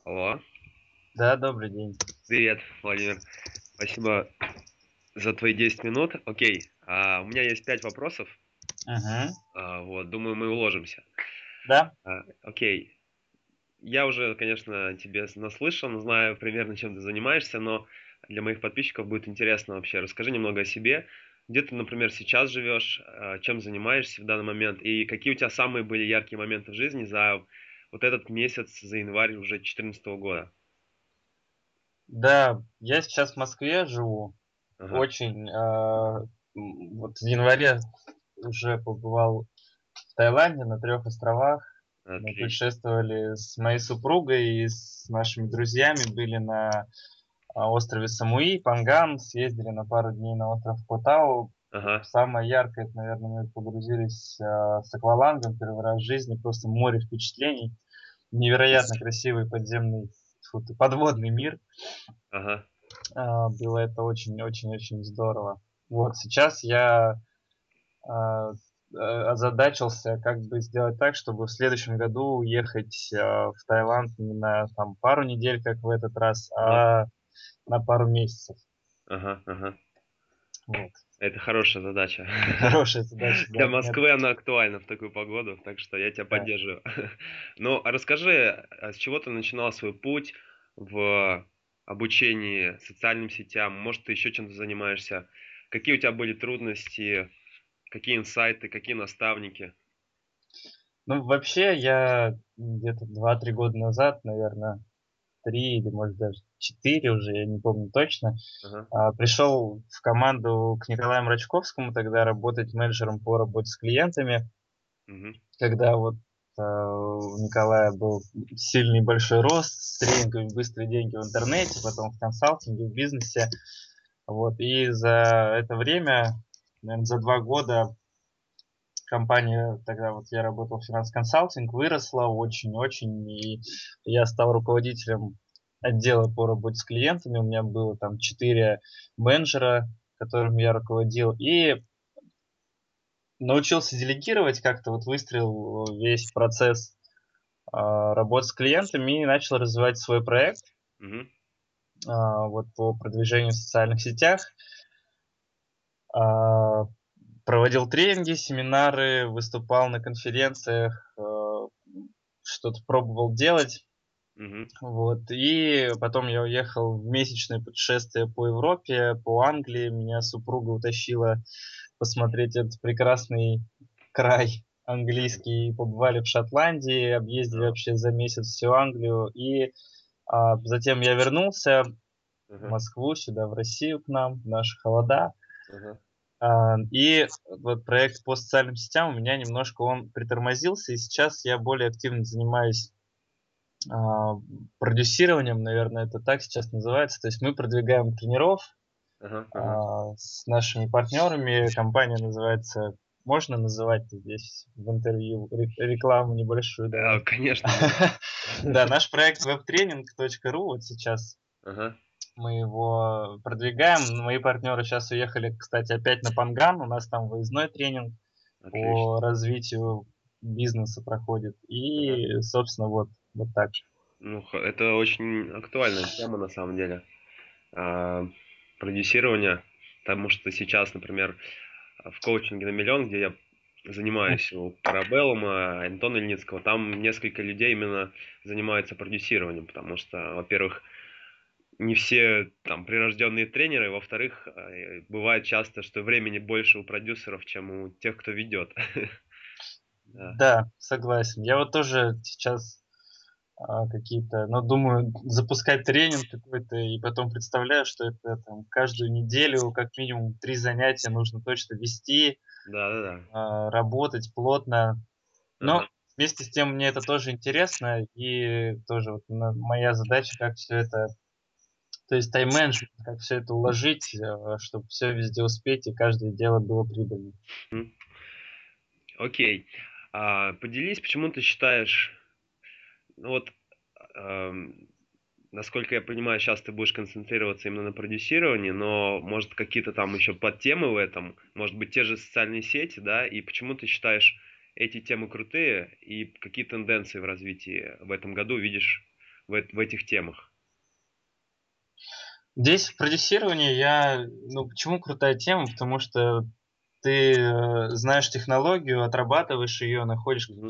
Алло, Да, добрый день. привет, Владимир. Спасибо за твои 10 минут. Окей, у меня есть 5 вопросов. Мгм. Вот, думаю, мы уложимся. Да, Окей, я уже, конечно, тебе наслышан, знаю примерно, чем ты занимаешься, но для моих подписчиков будет интересно вообще. Расскажи немного о себе. Где ты, например, сейчас живешь, чем занимаешься в данный момент, и какие у тебя самые были яркие моменты в жизни за вот этот месяц, за январь уже 2014 года? да, я сейчас в Москве живу. Ага, Очень, вот в январе уже побывал в Таиланде на 3 островах. Мы отлично. путешествовали с моей супругой и с нашими друзьями, были на острове Самуи, Панган, съездили на пару дней на остров Котау. Ага. Самое яркое, это, наверное, мы погрузились с аквалангом первый раз в жизни, просто море впечатлений. Невероятно красивый подземный, фу ты, подводный мир. Ага. Было это очень-очень-очень здорово. Вот сейчас я, а, озадачился, как бы сделать так, чтобы в следующем году уехать, в Таиланд не на там пару недель, как в этот раз, Ага, а на пару месяцев. ага, ага. Вот. Это хорошая задача. Хорошая задача, Для да. Нет, Москвы она актуальна в такую погоду, так что я тебя да. поддерживаю. Ну, а расскажи, с чего ты начинал свой путь в обучении социальным сетям? Может, ты еще чем-то занимаешься? Какие у тебя были трудности? Какие инсайты? Какие наставники? Ну, вообще, я где-то 2-3 года назад, наверное, 3 или, может, даже 4 уже, я не помню точно, Ага. пришел в команду к Николаю Мрачковскому тогда работать менеджером по работе с клиентами, Мгм. когда вот у Николая был сильный большой рост с тренингами «Быстрые деньги в интернете», потом в консалтинге, в бизнесе. Вот. И за это время, наверное, за 2 года компания, тогда вот я работал в финанс-консалтинг, выросла очень-очень, и я стал руководителем отдела по работе с клиентами. У меня было там 4 менеджера, которыми я руководил, и научился делегировать как-то, вот выстроил весь процесс работы с клиентами и начал развивать свой проект Мгм. вот по продвижению в социальных сетях. А, Проводил тренинги, семинары, выступал на конференциях, что-то пробовал делать. Мгм. Вот. И потом я уехал в месячное путешествие по Европе, по Англии. Меня супруга утащила посмотреть этот прекрасный край английский. Побывали в Шотландии, объездили Да. вообще за месяц всю Англию. И затем я вернулся в Ага. Москву, сюда, в Россию к нам, в наши холода. Ага. И вот проект по социальным сетям у меня немножко он притормозился, и сейчас я более активно занимаюсь а, продюсированием, наверное, это так сейчас называется. То есть мы продвигаем тренеров Ага. Ага. с нашими партнерами. Компания называется, можно называть здесь в интервью рекламу небольшую давать? Конечно, можно. Да, наш проект webtraining.ru, вот сейчас Ага. мы его продвигаем. Мои партнеры сейчас уехали, кстати, опять на Панган. У нас там выездной тренинг Отлично. по развитию бизнеса проходит. Ага. И, собственно, вот так. Ну, это очень актуальная тема на самом деле. а, Продюсирования, потому что сейчас, например, в коучинге на миллион, где я занимаюсь у Парабеллума, Антона Ильницкого, там несколько людей именно занимаются продюсированием, потому что, во-первых, не все там прирожденные тренеры, во-вторых, бывает часто, что времени больше у продюсеров, чем у тех, кто ведет. Да. Да, согласен. Я вот тоже сейчас какие-то, ну, думаю, запускать тренинг какой-то, и потом представляю, что это там каждую неделю как минимум 3 занятия нужно точно вести, Да-да-да. работать плотно. Ага. Но вместе с тем мне это тоже интересно, и тоже вот моя задача, как все это, то есть тайм-менеджмент, как все это уложить, чтобы все везде успеть и каждое дело было прибыльным. М. Окей. Поделись, почему ты считаешь, ну вот, ам, насколько я понимаю, сейчас ты будешь концентрироваться именно на продюсировании, но может какие-то там еще подтемы в этом, может быть те же социальные сети, да, и почему ты считаешь эти темы крутые и какие тенденции в развитии в этом году видишь в этих темах? Здесь в продюсировании ну, почему крутая тема? Потому что ты знаешь технологию, отрабатываешь ее, находишь Мгм.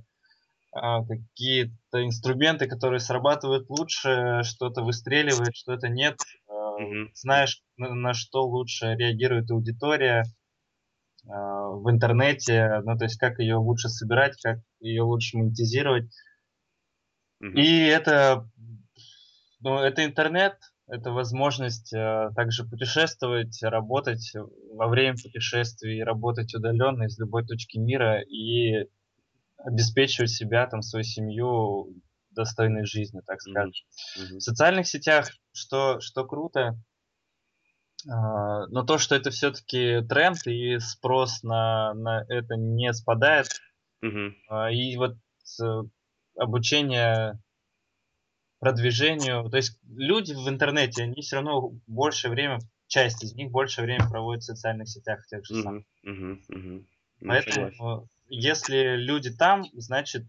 какие-то инструменты, которые срабатывают лучше, что-то выстреливает, что-то нет. Мгм. Знаешь, на что лучше реагирует аудитория в интернете, ну, то есть как ее лучше собирать, как ее лучше монетизировать. Мгм. И ну, это интернет, это возможность также путешествовать, работать во время путешествий, работать удаленно из любой точки мира и обеспечивать себя, там, свою семью достойной жизнью, так Мгм. скажем. В Мгм. социальных сетях что круто, но то, что это все-таки тренд и спрос на это не спадает, Мгм. и вот э, обучение продвижению, то есть люди в интернете, они все равно больше время, часть из них больше время проводит в социальных сетях тех же самых. Мгм. Мгм. Мгм. Ну, согласен. Поэтому, если люди там, значит,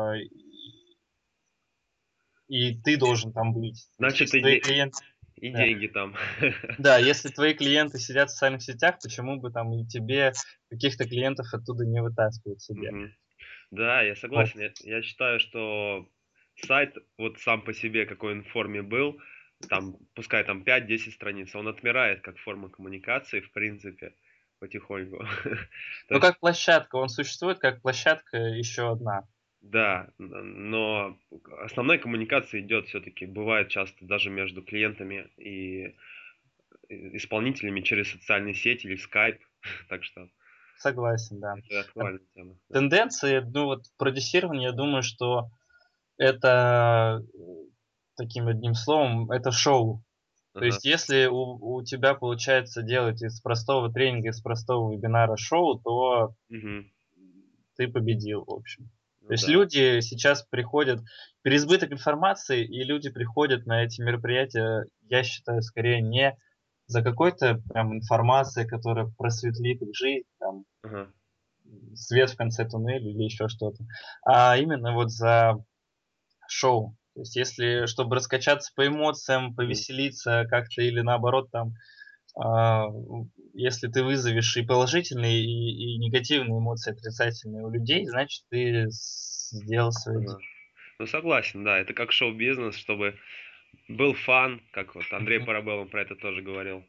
и ты должен там быть. То есть, Значит, если твои клиенты, и да, деньги там. да, если твои клиенты сидят в социальных сетях, почему бы там и тебе каких-то клиентов оттуда не вытаскивать себе? Мгм. Да, я Вот. согласен. Я считаю, что сайт вот сам по себе, какой он в форме был, там, пускай там 5-10 страниц, он отмирает как форма коммуникации, в принципе, потихоньку. То Ну, есть, как площадка, он существует как площадка еще одна. да, но основной коммуникация идет все-таки, бывает часто даже между клиентами и исполнителями через социальные сети или скайп, так что Согласен, да. это А актуальная тема, да. тенденции, ну, вот продюсирование, я думаю, что это, таким одним словом, это шоу. То Ага. есть если у тебя получается делать из простого тренинга, из простого вебинара шоу, то Мгм. ты победил, в общем. То Ну есть да. люди сейчас приходят, переизбыток информации, и люди приходят на эти мероприятия, я считаю, скорее не за какой-то прям информацией, которая просветлит их жизнь, там, Ага. свет в конце туннеля или еще что-то, а именно вот за шоу. То есть если, чтобы раскачаться по эмоциям, Мгм. повеселиться как-то или наоборот там, а, если ты вызовешь и положительные, и негативные эмоции, отрицательные у людей, значит ты сделал свое дело. Ага. Ну, согласен, да, это как шоу-бизнес, чтобы был фан, как вот Андрей Мгм. Парабеллум про это тоже говорил.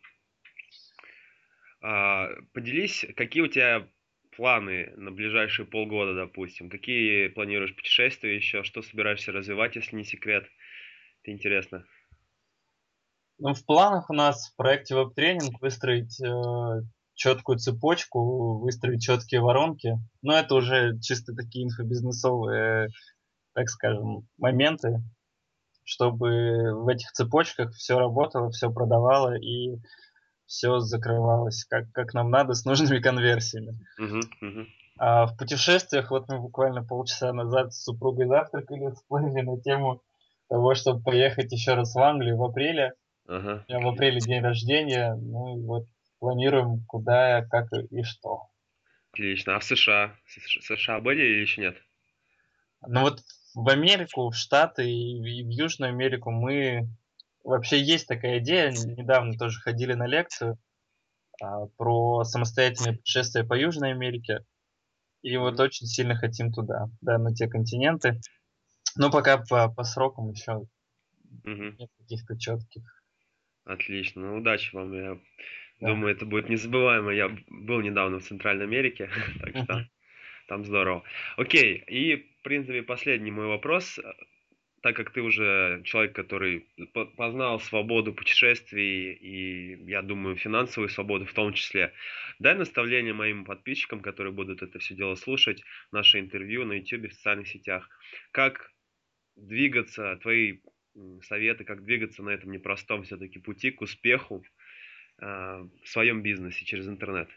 Поделись, какие у тебя планы на ближайшие полгода, допустим? Какие планируешь путешествия еще? Что собираешься развивать, если не секрет? Это интересно. Ну, в планах у нас в проекте веб-тренинг выстроить четкую цепочку, выстроить четкие воронки. Но это уже чисто такие инфобизнесовые, так скажем, моменты, чтобы в этих цепочках все работало, все продавало и все закрывалось как нам надо, с нужными конверсиями. Мгм, мгм. А в путешествиях, вот мы буквально полчаса назад с супругой завтракали, вспомнили на тему того, чтобы поехать еще раз в Англию в апреле. Ага, У меня в апреле день рождения, ну и вот планируем куда, как и что. отлично. А в США? США были или еще нет? Ну вот в Америку, в Штаты и в Южную Америку мы... Вообще есть такая идея, недавно тоже ходили на лекцию про самостоятельные путешествия по Южной Америке. И вот Мгм, очень сильно хотим туда, да, на те континенты. Но пока по срокам еще мгм. нет каких-то четких. Отлично. Ну, удачи вам. Я Да. думаю, это будет незабываемо. Я был недавно в Центральной Америке, так что Мгм. там здорово. Окей, и, в принципе, последний мой вопрос. Так как ты уже человек, который познал свободу путешествий и, я думаю, финансовую свободу в том числе, дай наставление моим подписчикам, которые будут это все дело слушать, наше интервью на YouTube, в социальных сетях. Как двигаться, твои советы, как двигаться на этом непростом все-таки пути к успеху в своем бизнесе через интернет.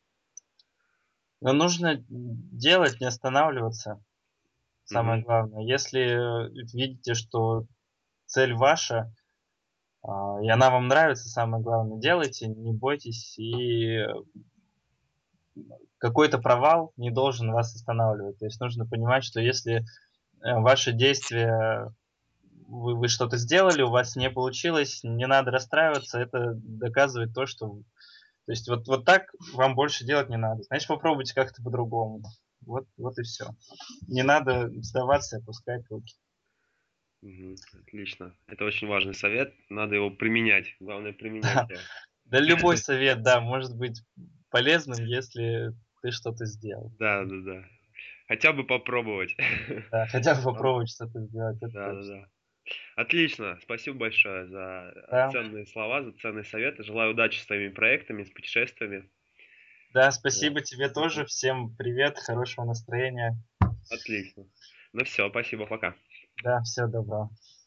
Но нужно делать, не останавливаться. Самое Мгм. главное. Если видите, что цель ваша, и она вам нравится, самое главное, делайте, не бойтесь, и какой-то провал не должен вас останавливать. То есть нужно понимать, что если ваши действия вы что-то сделали, у вас не получилось, не надо расстраиваться, это доказывает то, что то есть вот так вам больше делать не надо. Значит, попробуйте как-то по-другому. Вот и все. Не надо сдаваться и опускать руки. Отлично. Это очень важный совет. Надо его применять. Главное применять его. Да любой совет, да, может быть полезным, если ты что-то сделал. Да, да, да. Хотя бы попробовать. Да, хотя бы Ам, попробовать что-то сделать, это Да, да, точно. да. Отлично. Спасибо большое за Да, ценные слова, за ценные советы. Желаю удачи с твоими проектами, с путешествиями. да, Вот. спасибо тебе тоже. Всем привет, хорошего настроения. Отлично. Ну все, спасибо, пока. Да, всего доброго.